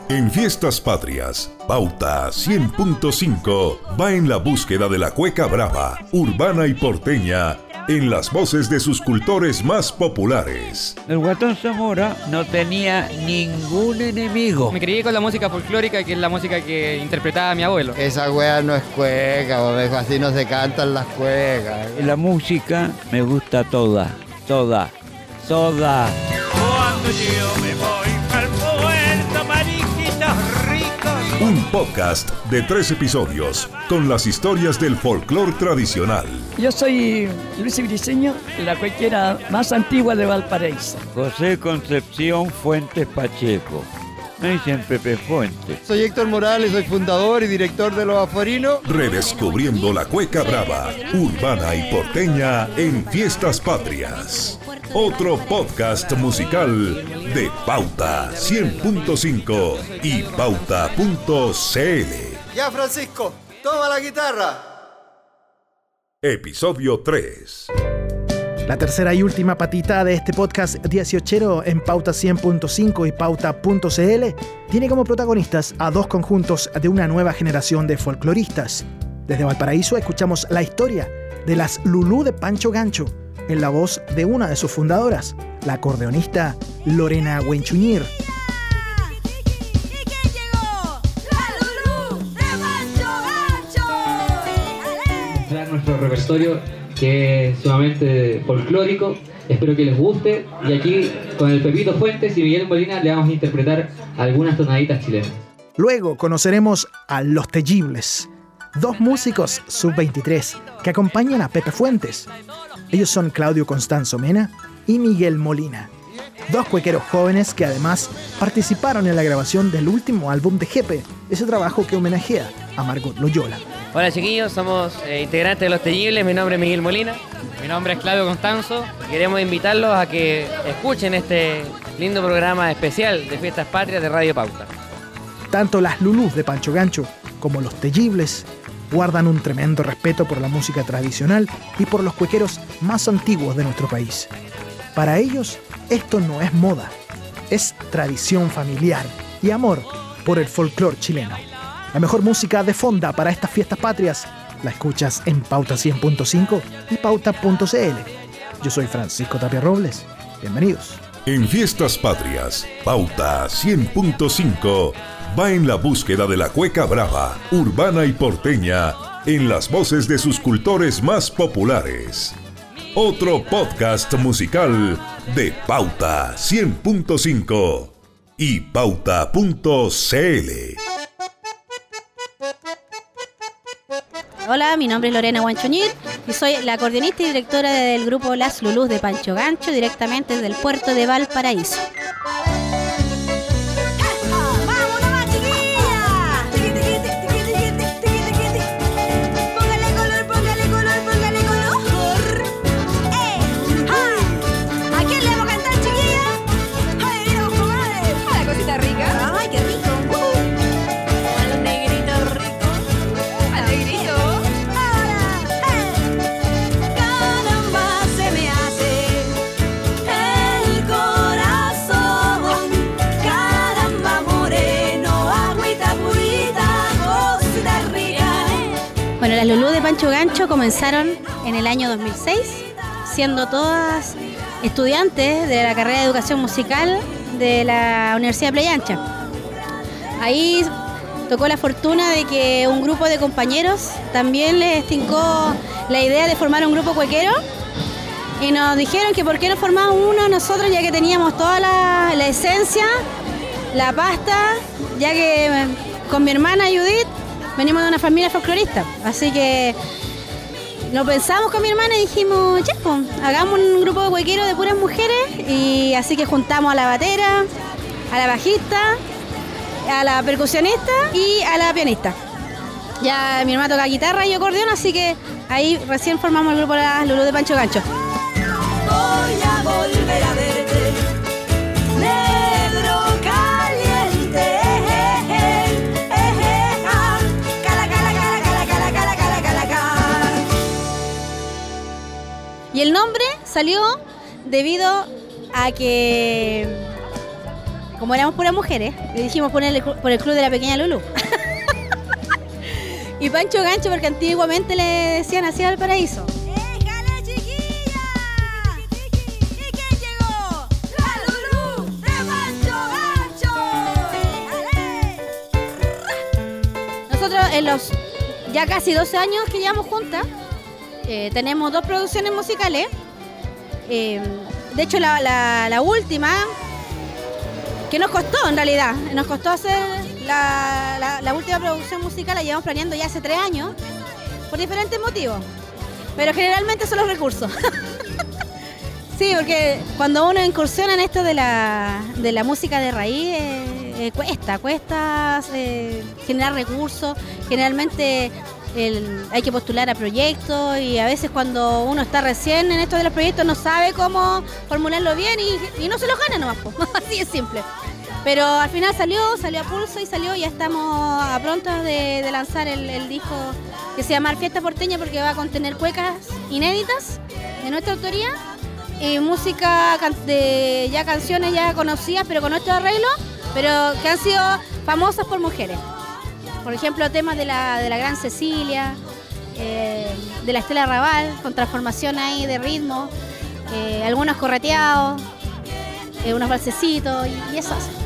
En Fiestas Patrias, Pauta 100.5 va en la búsqueda de la cueca brava, urbana y porteña, en las voces de sus cultores más populares. El Guatón Zamora no tenía ningún enemigo. Me crié con la música folclórica, que es la música que interpretaba mi abuelo. Esa wea no es cueca, bobejo, así no se cantan las cuecas. La música me gusta toda. Cuando yo me voy al puerto, mariquitos ricos. Un podcast de 3 episodios con las historias del folclore tradicional. Yo soy Luis Briceño, la cuequera más antigua de Valparaíso. José Concepción Fuentes Pacheco. Me dicen Pepe Fuentes. Soy Héctor Morales, soy fundador y director de Los Aforinos. Redescubriendo la cueca brava, urbana y porteña en Fiestas Patrias. Otro podcast musical de Pauta 100.5 y Pauta.cl. Ya, Francisco, toma la guitarra. Episodio 3. La tercera y última patita de este podcast 18 en Pauta 100.5 y Pauta.cl tiene como protagonistas a dos conjuntos de una nueva generación de folcloristas. Desde Valparaíso escuchamos la historia de las Lulú de Pancho Gancho, en la voz de una de sus fundadoras, la acordeonista Lorena Huenchuñir. Nuestro repertorio, que es sumamente folclórico, espero que les guste, y aquí con el Pepito Fuentes y Miguel Molina le vamos a interpretar algunas tonaditas chilenas. Luego conoceremos a Los Tellibles, dos músicos sub-23 que acompañan a Pepe Fuentes. Ellos son Claudio Constanzo Mena y Miguel Molina, dos cuequeros jóvenes que además participaron en la grabación del último álbum de Jepe, ese trabajo que homenajea a Margot Loyola. Hola chiquillos, somos integrantes de Los Tellibles, mi nombre es Miguel Molina. Mi nombre es Claudio Constanzo. Queremos invitarlos a que escuchen este lindo programa especial de Fiestas Patrias de Radio Pauta. Tanto las Lulús de Pancho Gancho como Los Tellibles guardan un tremendo respeto por la música tradicional y por los cuequeros más antiguos de nuestro país. Para ellos, esto no es moda, es tradición familiar y amor por el folclore chileno. La mejor música de fonda para estas Fiestas Patrias la escuchas en Pauta 100.5 y Pauta.cl. Yo soy Francisco Tapia Robles. Bienvenidos. En Fiestas Patrias, Pauta 100.5 va en la búsqueda de la cueca brava, urbana y porteña, en las voces de sus cultores más populares. Otro podcast musical de Pauta 100.5 y Pauta.cl. Hola, mi nombre es Lorena Huenchuñir y soy la acordeonista y directora del grupo Las Lulús de Pancho Gancho, directamente desde el puerto de Valparaíso. Bueno, las Lulú de Pancho Gancho comenzaron en el año 2006, siendo todas estudiantes de la carrera de Educación Musical de la Universidad de Playa Ancha. Ahí tocó la fortuna de que un grupo de compañeros también les tincó la idea de formar un grupo cuequero y nos dijeron que por qué no formábamos uno nosotros, ya que teníamos toda la esencia, la pasta, ya que con mi hermana Judith venimos de una familia folclorista, así que lo pensamos con mi hermana y dijimos, ya, pues, hagamos un grupo de cuequeros de puras mujeres, y así que juntamos a la batera, a la bajista, a la percusionista y a la pianista. Ya mi hermana toca guitarra y acordeón, así que ahí recién formamos el grupo de las Lulú de Pancho Gancho. Voy a volver a verte, negro caliente. Y el nombre salió debido a que como éramos puras mujeres, le dijimos ponerle por el Club de la Pequeña Lulú. Y Pancho Gancho porque antiguamente le decían así al Valparaíso. ¡Éjale, chiquilla! ¿Y quién llegó? ¡La Lulú de Pancho Gancho! Nosotros en los ya casi 12 años que llevamos juntas, tenemos 2 producciones musicales. De hecho, la última, que nos costó en realidad, nos costó hacer la última producción musical, la llevamos planeando ya hace 3 años, por diferentes motivos, pero generalmente son los recursos. Sí, porque cuando uno incursiona en esto de la música de raíz, cuesta generar recursos, generalmente hay que postular a proyectos y a veces cuando uno está recién en esto de los proyectos no sabe cómo formularlo bien y no se lo gana nomás, así es simple. Pero al final salió a pulso y ya estamos a pronto de lanzar el disco que se llama Fiesta Porteña porque va a contener cuecas inéditas de nuestra autoría y música de ya canciones ya conocidas pero con nuestro arreglo, pero que han sido famosas por mujeres. Por ejemplo, temas de la Gran Cecilia, de la Estela Raval, con transformación ahí de ritmo, algunos correteados, unos balsecitos y eso hace.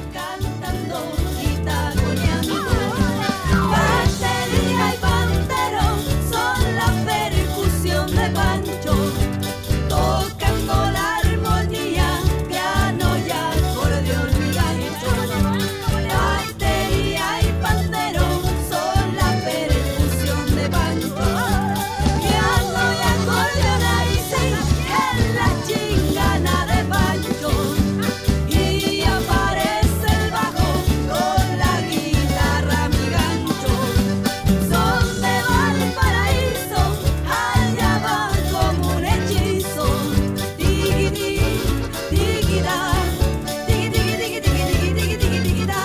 Batería y panderón son la percusión de Pancho, tocando la armonía, piano y acordeón y gancho. Batería y panderón son la percusión de Pancho, piano y acordeón ahí sí, es la chingana de Pancho. Y aparece el bajo con la guitarra, mi gancho. Son de Valparaíso, allá va como un hechizo. Tiki-ti, tiki-ta, tiki-tiki, tiki-tiki, tiki-tiki, tiki-ta.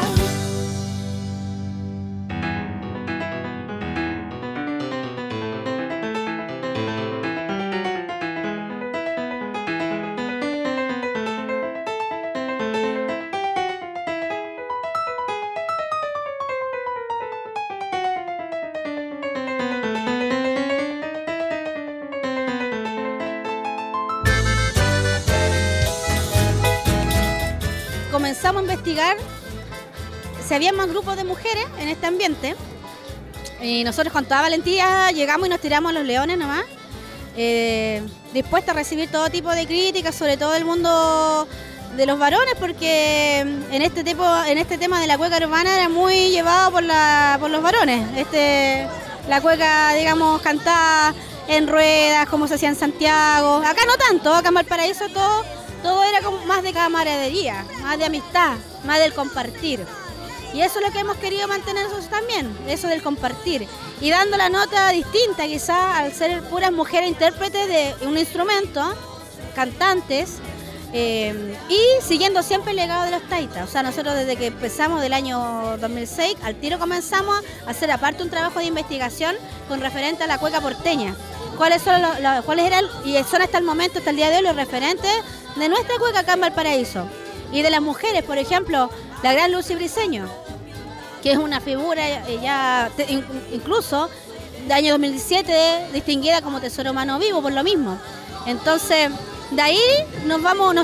Comenzamos a investigar si había más grupos de mujeres en este ambiente y nosotros con toda valentía llegamos y nos tiramos a los leones nomás, dispuestas a recibir todo tipo de críticas, sobre todo del mundo de los varones, porque en este tema de la cueca urbana era muy llevado por los varones. La cueca, digamos, cantada en ruedas, como se hacía en Santiago. Acá no tanto, acá en Valparaíso todo era como más de camaradería, más de amistad, más del compartir. Y eso es lo que hemos querido mantener nosotros también, eso del compartir. Y dando la nota distinta quizás al ser puras mujeres intérpretes de un instrumento, cantantes, y siguiendo siempre el legado de los taitas. O sea, nosotros desde que empezamos del año 2006, al tiro comenzamos a hacer aparte un trabajo de investigación con referente a la cueca porteña. ¿Cuáles eran y son hasta el momento, hasta el día de hoy, los referentes de nuestra cueca acá en Valparaíso? Y de las mujeres, por ejemplo, la gran Lucy Briceño, que es una figura incluso del año 2017 distinguida como Tesoro Humano Vivo por lo mismo. Entonces, de ahí nos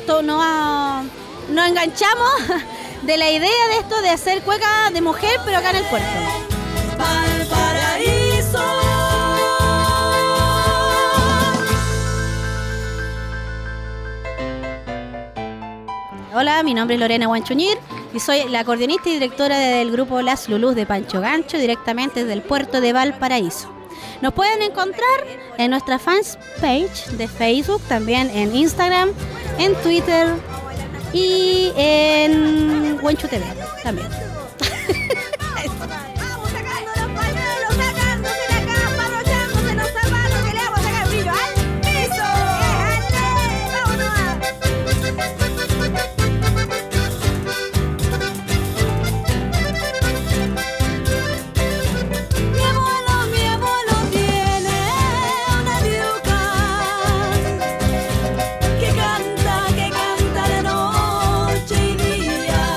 enganchamos de la idea de esto de hacer cueca de mujer, pero acá en el puerto. Valparaíso. Hola, mi nombre es Lorena Guanchuñir y soy la acordeonista y directora del grupo Las Lulús de Pancho Gancho, directamente desde el puerto de Valparaíso. Nos pueden encontrar en nuestra fanpage de Facebook, también en Instagram, en Twitter y en Guanchu TV también. Vamos sacando los pañuelos, sacándose la capa, arrochándose los zapatos, que le vamos a sacar brillo al piso. Mi abuelo tiene una diuca que canta de noche y día.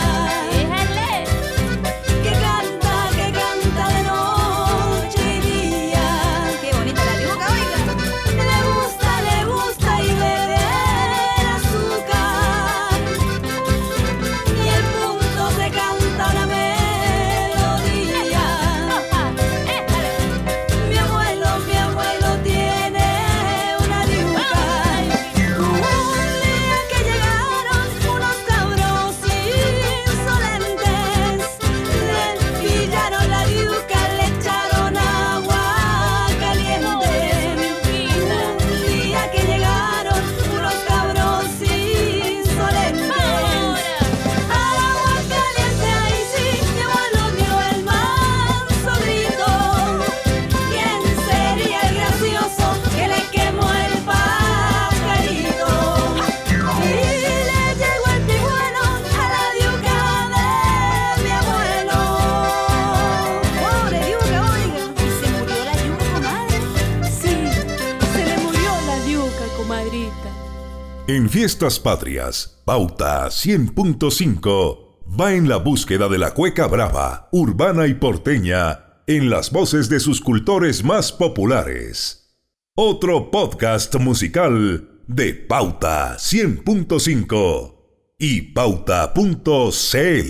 Fiestas Patrias, Pauta 100.5, va en la búsqueda de la cueca brava, urbana y porteña, en las voces de sus cultores más populares. Otro podcast musical de Pauta 100.5 y Pauta.cl.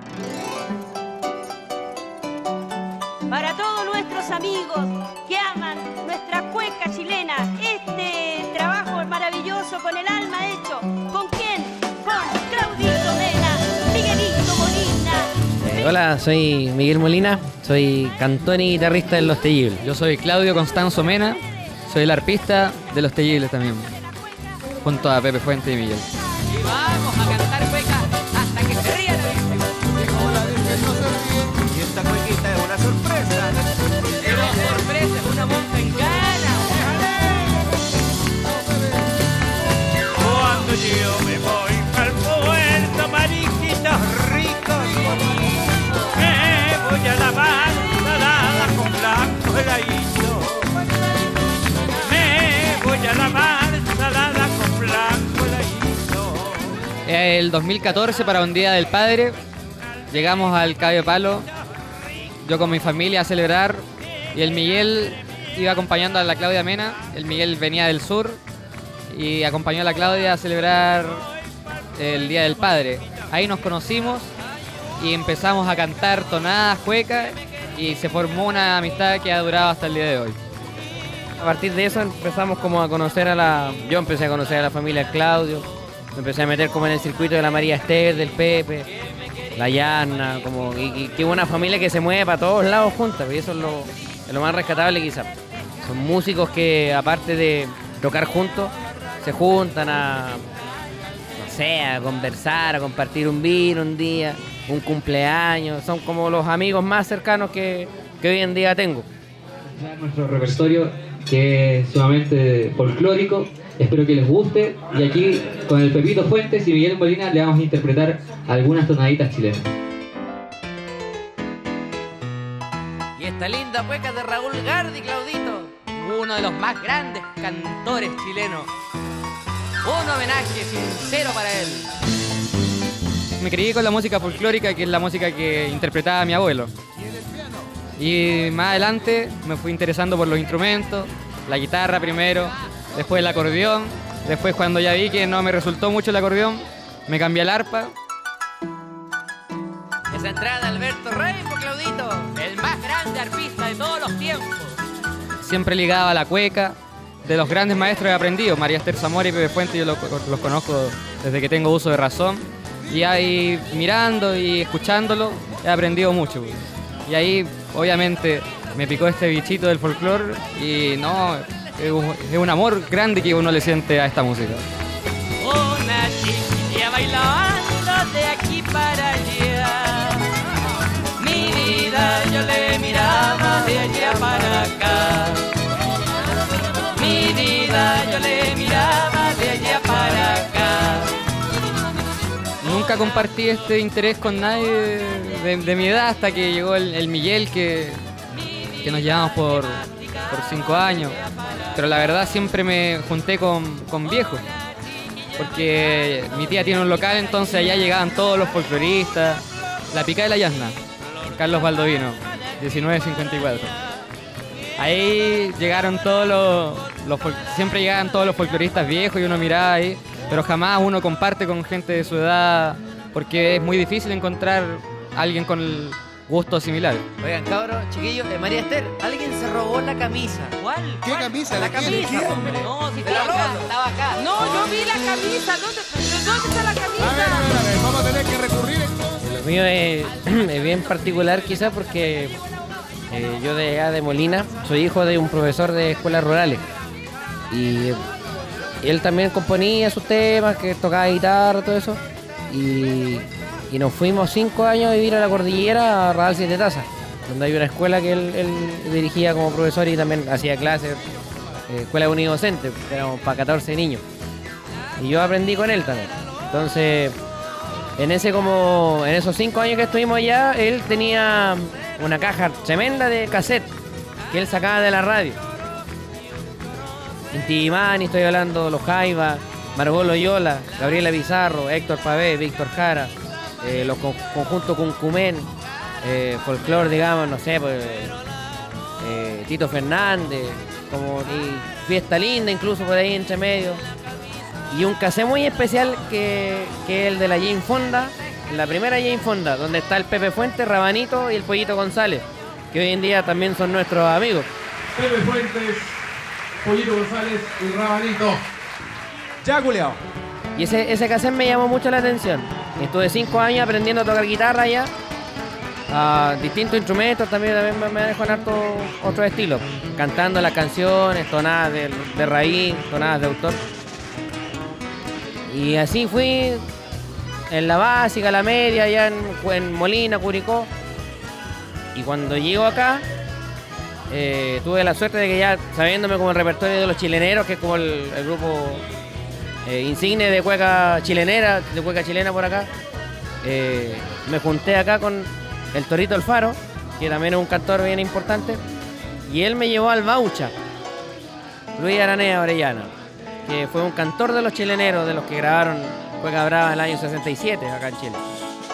Para todos nuestros amigos que aman nuestra cueca chilena, este trabajo maravilloso con el alma hecho. ¿Con quién? Con Claudito Mena, Miguelito Molina. Hola, soy Miguel Molina, soy cantor y guitarrista de Los Tejibles. Yo soy Claudio Constanzo Mena, soy el arpista de Los Tejibles también, junto a Pepe Fuente y Miguel. Y vamos a cantar cueca hasta que se ría la gente. Y esta cuequita es una sorpresa. Es una sorpresa, es una monja en gana. Cuando yo me voy al puerto, mariquitos ricos, me voy a lavar salada con blanco heladito. Me voy a lavar salada con blanco heladito. El 2014, para un Día del Padre, llegamos al Cayo Palo, yo con mi familia a celebrar, y el Miguel iba acompañando a la Claudia Mena. El Miguel venía del sur y acompañó a la Claudia a celebrar el Día del Padre. Ahí nos conocimos y empezamos a cantar tonadas, cuecas, y se formó una amistad que ha durado hasta el día de hoy. A partir de eso empezamos como a conocer yo empecé a conocer a la familia Claudio, me empecé a meter como en el circuito de la María Esther, del Pepe, la Yarna, como y que una familia que se mueve para todos lados juntas, y eso es lo más rescatable quizás. Son músicos que aparte de tocar juntos, se juntan no sé, a conversar, a compartir un vino un día, un cumpleaños, son como los amigos más cercanos que hoy en día tengo. Nuestro repertorio, que es sumamente folclórico, espero que les guste, y aquí con el Pepito Fuentes y Miguel Molina le vamos a interpretar algunas tonaditas chilenas. Y esta linda cueca de Raúl Gardi, Claudito, uno de los más grandes cantores chilenos. Un homenaje sincero para él. Me crié con la música folclórica, que es la música que interpretaba mi abuelo. Y más adelante me fui interesando por los instrumentos, la guitarra primero, después el acordeón. Después, cuando ya vi que no me resultó mucho el acordeón, me cambié al arpa. Esa entrada de Alberto Reypo, Claudito, el más grande arpista de todos los tiempos. Siempre ligado a la cueca. De los grandes maestros he aprendido, María Esther Zamora y Pepe Fuente, yo los conozco desde que tengo uso de razón. Y ahí, mirando y escuchándolo, he aprendido mucho. Y ahí, obviamente, me picó este bichito del folclore y no, es un amor grande que uno le siente a esta música. Una chiquilla bailando de aquí para allá. Mi vida yo le miraba de allá para acá. Mi vida yo le miraba de allá para acá. Nunca compartí este interés con nadie de mi edad hasta que llegó el Miguel, que nos llevamos por 5 años. Pero la verdad siempre me junté con viejos, porque mi tía tiene un local, entonces allá llegaban todos los folcloristas. La Pica de la Yasna, Carlos Baldovino, 1954. Ahí llegaron siempre llegaban todos los folcloristas viejos y uno miraba ahí, pero jamás uno comparte con gente de su edad, porque es muy difícil encontrar a alguien con gustos similares. Oigan, cabros, chiquillos, de María Esther, alguien se robó la camisa. ¿Cuál? ¿Qué camisa? La camisa, hombre. No, si estaba acá. No, yo vi la camisa. ¿Dónde está la camisa? A ver, vamos a tener que recurrir. Lo mío es bien particular quizás porque yo de Molina soy hijo de un profesor de escuelas rurales y él también componía sus temas, que tocaba guitarra, todo eso, y nos fuimos 5 años a vivir a la cordillera, a Radal Siete Tazas, donde hay una escuela que él dirigía como profesor y también hacía clases, escuela unidocente, éramos para 14 niños, y yo aprendí con él también. Entonces, en esos 5 años que estuvimos allá, él tenía una caja tremenda de cassette que él sacaba de la radio. Inti Mani, estoy hablando, Los Jaivas, Margot Loyola, Gabriela Pizarro, Héctor Pavé, Víctor Jara, los conjuntos Cuncumén, folclore, digamos, no sé, pues, Tito Fernández, y Fiesta Linda incluso por ahí entre medio. Y un casé muy especial que es el de la Jane Fonda, la primera Jane Fonda, donde está el Pepe Fuentes, Rabanito y el Pollito González, que hoy en día también son nuestros amigos. Pepe Fuentes, Pollito González y Rabanito. Ya, culiao. Y ese cassette me llamó mucho la atención. Estuve 5 años aprendiendo a tocar guitarra ya. Distintos instrumentos también me dejó en harto otros estilos. Cantando las canciones, tonadas de raíz, tonadas de autor. Y así fui en la básica, la media, allá en Molina, Curicó. Y cuando llego acá, tuve la suerte de que ya sabiéndome como el repertorio de los chileneros, que es como el grupo insigne de cueca chilenera, de cueca chilena por acá, me junté acá con el Torito Alfaro, que también es un cantor bien importante, y él me llevó al Baucha, Luis Aranea Orellana, que fue un cantor de los chileneros, de los que grabaron Cueca Brava en el año 67 acá en Chile.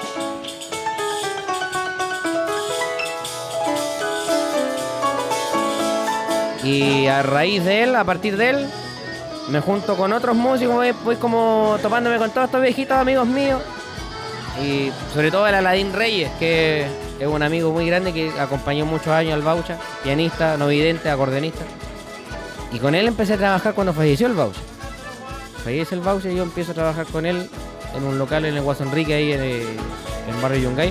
Y a raíz de él, a partir de él, me junto con otros músicos, voy como topándome con todos estos viejitos amigos míos. Y sobre todo el Aladín Reyes, que es un amigo muy grande que acompañó muchos años al Baucha, pianista, no vidente, acordeonista. Y con él empecé a trabajar cuando falleció el Baucha. Fallece el Baucha y yo empiezo a trabajar con él en un local en el Guaso Enrique, ahí en el barrio Yungay.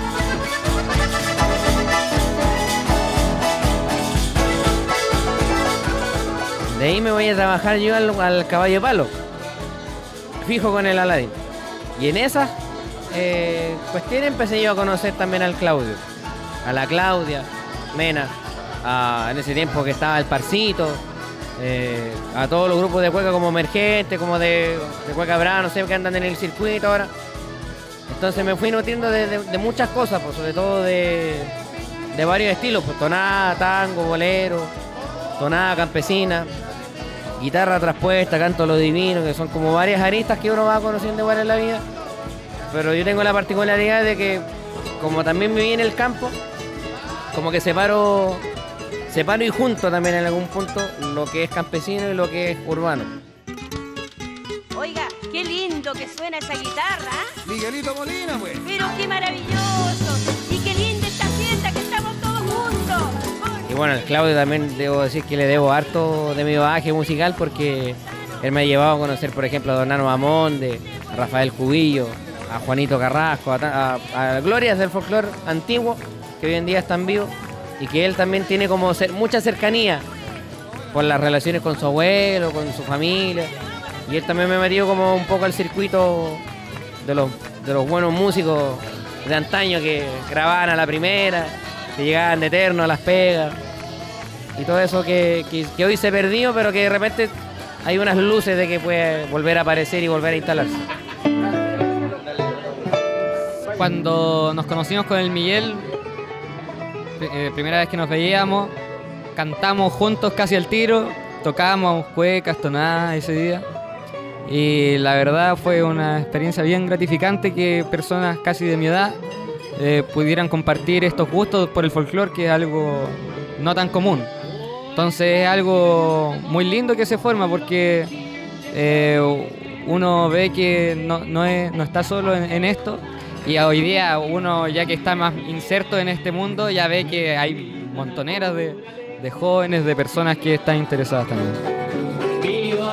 De ahí me voy a trabajar yo al Caballo Palo, fijo con el Aladín. Y en esas cuestiones empecé yo a conocer también al Claudio, a la Claudia Mena, en ese tiempo que estaba el Parcito, a todos los grupos de cueca como Emergente, como de Cueca Brava, no sé, que andan en el circuito ahora. Entonces me fui nutriendo de muchas cosas, pues, sobre todo de varios estilos, pues tonada, tango, bolero, tonada campesina, guitarra traspuesta, canto lo divino, que son como varias aristas que uno va conociendo igual en la vida. Pero yo tengo la particularidad de que, como también viví en el campo, como que separo y junto también en algún punto lo que es campesino y lo que es urbano. Oiga, qué lindo que suena esa guitarra. Miguelito Molina, pues. Pero qué maravilloso. Y qué linda esta fiesta que estamos todos juntos. Y bueno, al Claudio también debo decir que le debo harto de mi bagaje musical, porque él me ha llevado a conocer, por ejemplo, a Don Nano Amonde, a Rafael Cubillo, a Juanito Carrasco, a glorias del folclore antiguo que hoy en día están vivos, y que él también tiene como mucha cercanía por las relaciones con su abuelo, con su familia, y él también me ha metido como un poco al circuito de los buenos músicos de antaño que grababan a la primera, que llegaban de eterno a las pegas, y todo eso que hoy se perdió, pero que de repente hay unas luces de que puede volver a aparecer y volver a instalarse. Cuando nos conocimos con el Miguel, primera vez que nos veíamos, cantamos juntos casi al tiro, tocábamos cuecas, tonadas ese día. Y la verdad fue una experiencia bien gratificante que personas casi de mi edad pudieran compartir estos gustos por el folclore, que es algo no tan común. Entonces es algo muy lindo que se forma, porque uno ve que no está solo en esto. Y hoy día uno, ya que está más inserto en este mundo, ya ve que hay montoneras de jóvenes, de personas que están interesadas también. ¡Viva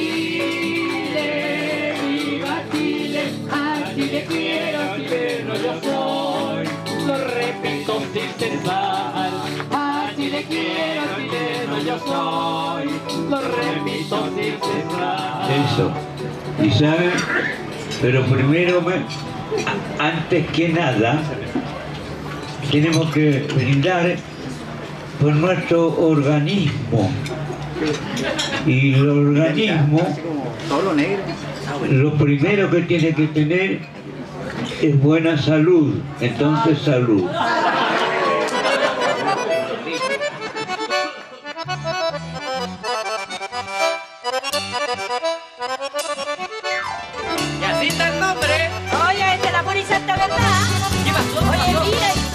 Chile! ¡Viva Chile! ¡A Chile quiero, chileno yo soy! Lo repito sin cesar. ¡A Chile quiero, chileno yo soy! Lo repito sin cesar. Eso. ¿Y saben? Pero primero, antes que nada, tenemos que brindar por nuestro organismo. Y el organismo, lo primero que tiene que tener es buena salud. Entonces, salud.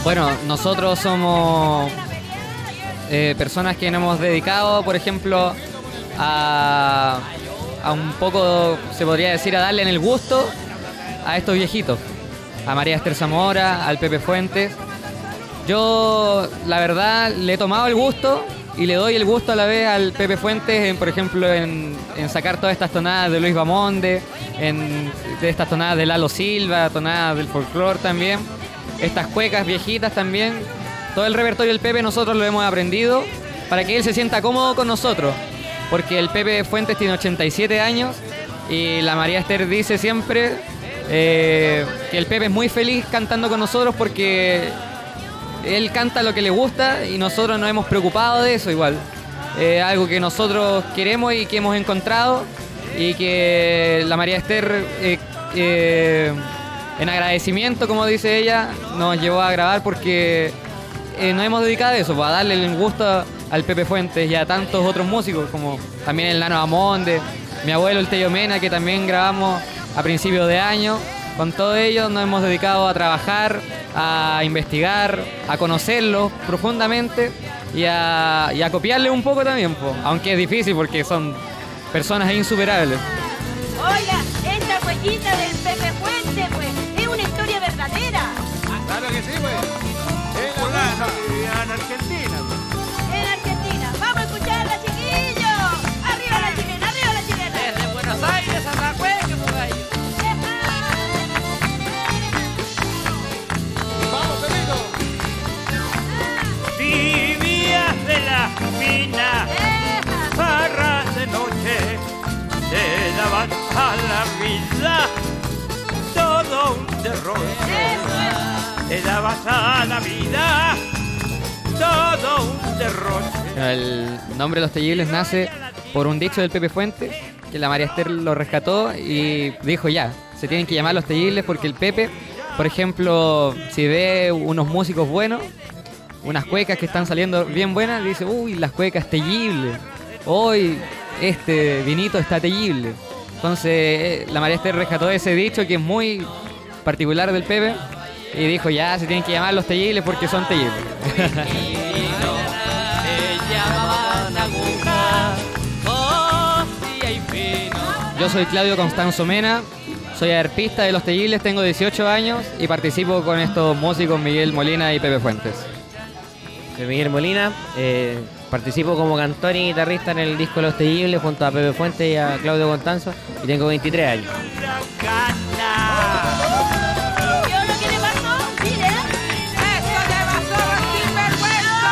Bueno, nosotros somos personas que nos hemos dedicado, por ejemplo, a un poco, se podría decir, a darle en el gusto a estos viejitos. A María Esther Zamora, al Pepe Fuentes. Yo, la verdad, le he tomado el gusto y le doy el gusto a la vez al Pepe Fuentes, por ejemplo, en sacar todas estas tonadas de Luis Bamonde, de estas tonadas de Lalo Silva, tonadas del folclore también, estas cuecas viejitas también. Todo el repertorio del Pepe nosotros lo hemos aprendido para que él se sienta cómodo con nosotros, porque el Pepe Fuentes tiene 87 años y la María Esther dice siempre que el Pepe es muy feliz cantando con nosotros porque él canta lo que le gusta y nosotros nos hemos preocupado de eso igual. Algo que nosotros queremos y que hemos encontrado y que la María Esther, en agradecimiento, como dice ella, nos llevó a grabar porque nos hemos dedicado a eso, a darle el gusto al Pepe Fuentes y a tantos otros músicos, como también el Nano Bamonde, mi abuelo el Tello Mena, que también grabamos a principios de año. Con todo ello nos hemos dedicado a trabajar, a investigar, a conocerlos profundamente y a copiarles un poco también, aunque es difícil porque son personas insuperables. Oiga, esta huellita del Pepe Fuente, pues, es una historia verdadera. Claro que sí, pues. En Argentina. En Argentina. Vamos a escucharla, chiquillos. Arriba la chilena, arriba la chilena. Desde Buenos Aires a la cueca, por ahí. ¡Vamos, Pepito! Vivías de las minas, farras de noche, te daban a la vida todo un derroche. Te dabas a la vida todo un derroche. El nombre de Los Tellibles nace por un dicho del Pepe Fuentes, que la María Esther lo rescató y dijo ya, se tienen que llamar Los Tellibles porque el Pepe, por ejemplo, si ve unos músicos buenos, unas cuecas que están saliendo bien buenas, dice, uy, las cuecas tellibles, hoy este vinito está tellible. Entonces la María Esther rescató ese dicho que es muy particular del Pepe y dijo, ya, se tienen que llamar Los Tellibles porque son tellibles. Yo soy Claudio Constanzo Mena, soy arpista de Los Tellibles, tengo 18 años y participo con estos músicos Miguel Molina y Pepe Fuentes. Soy Miguel Molina, participo como cantor y guitarrista en el disco Los Tellibles junto a Pepe Fuentes y a Claudio Constanzo y tengo 23 años. ¿Yo lo que le pasó? Mire. ¡Eso te pasó, sinvergüenza!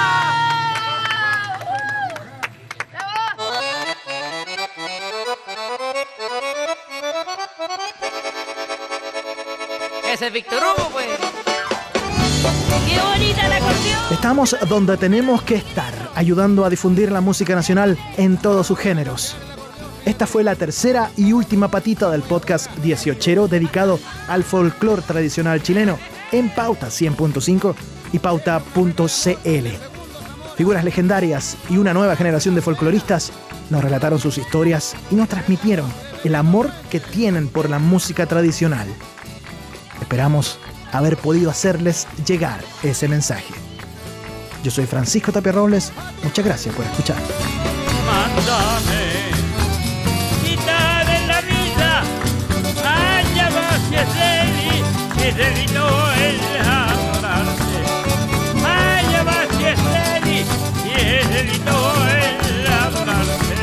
Ese es Víctor Hugo, pues. ¡Qué bonita la canción! Estamos donde tenemos que estar, ayudando a difundir la música nacional en todos sus géneros. Esta fue la tercera y última patita del podcast 18ero dedicado al folclore tradicional chileno en Pauta 100.5 y Pauta.cl. Figuras legendarias y una nueva generación de folcloristas nos relataron sus historias y nos transmitieron el amor que tienen por la música tradicional. Esperamos haber podido hacerles llegar ese mensaje. Yo soy Francisco Tapia Robles, muchas gracias por escuchar. Mándame quitar en la vida, allá va si es delito el adorarte. Allá va si es delito el adorarte.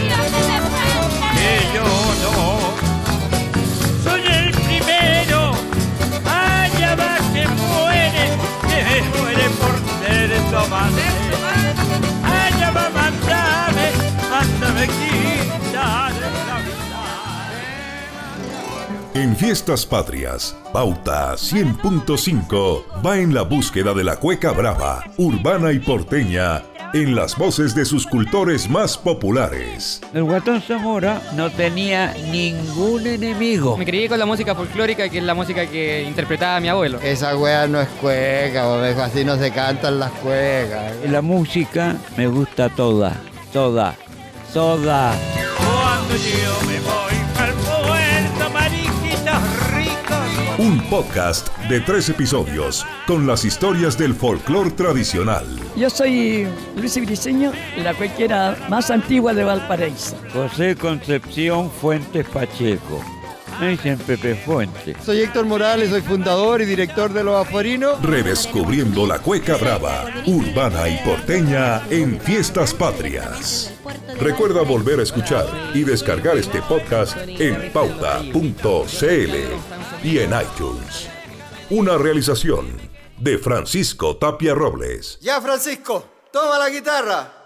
Que yo no soy el primero, allá va que muere por ser tu amante. Allá va, mándame quitar la vida. En Fiestas Patrias, Pauta 100.5 va en la búsqueda de la cueca brava, urbana y porteña, en las voces de sus cultores más populares. El Guatón Zamora no tenía ningún enemigo. Me crié con la música folclórica, que es la música que interpretaba mi abuelo. Esa wea no es cueca, bobejo, así no se cantan las cuecas. La música me gusta toda. Cuando yo me voy al puerto, mariquitos ricos, Un podcast de 3 episodios con las historias del folclore tradicional. Yo soy Luis Briceño, la cuequera más antigua de Valparaíso. José Concepción Fuentes Pacheco. Me dicen Pepe Fuentes. Soy Héctor Morales, soy fundador y director de Los Aforinos. Redescubriendo la cueca brava, urbana y porteña en Fiestas Patrias. Recuerda volver a escuchar y descargar este podcast en pauta.cl y en iTunes. Una realización de Francisco Tapia Robles. Ya, Francisco, toma la guitarra.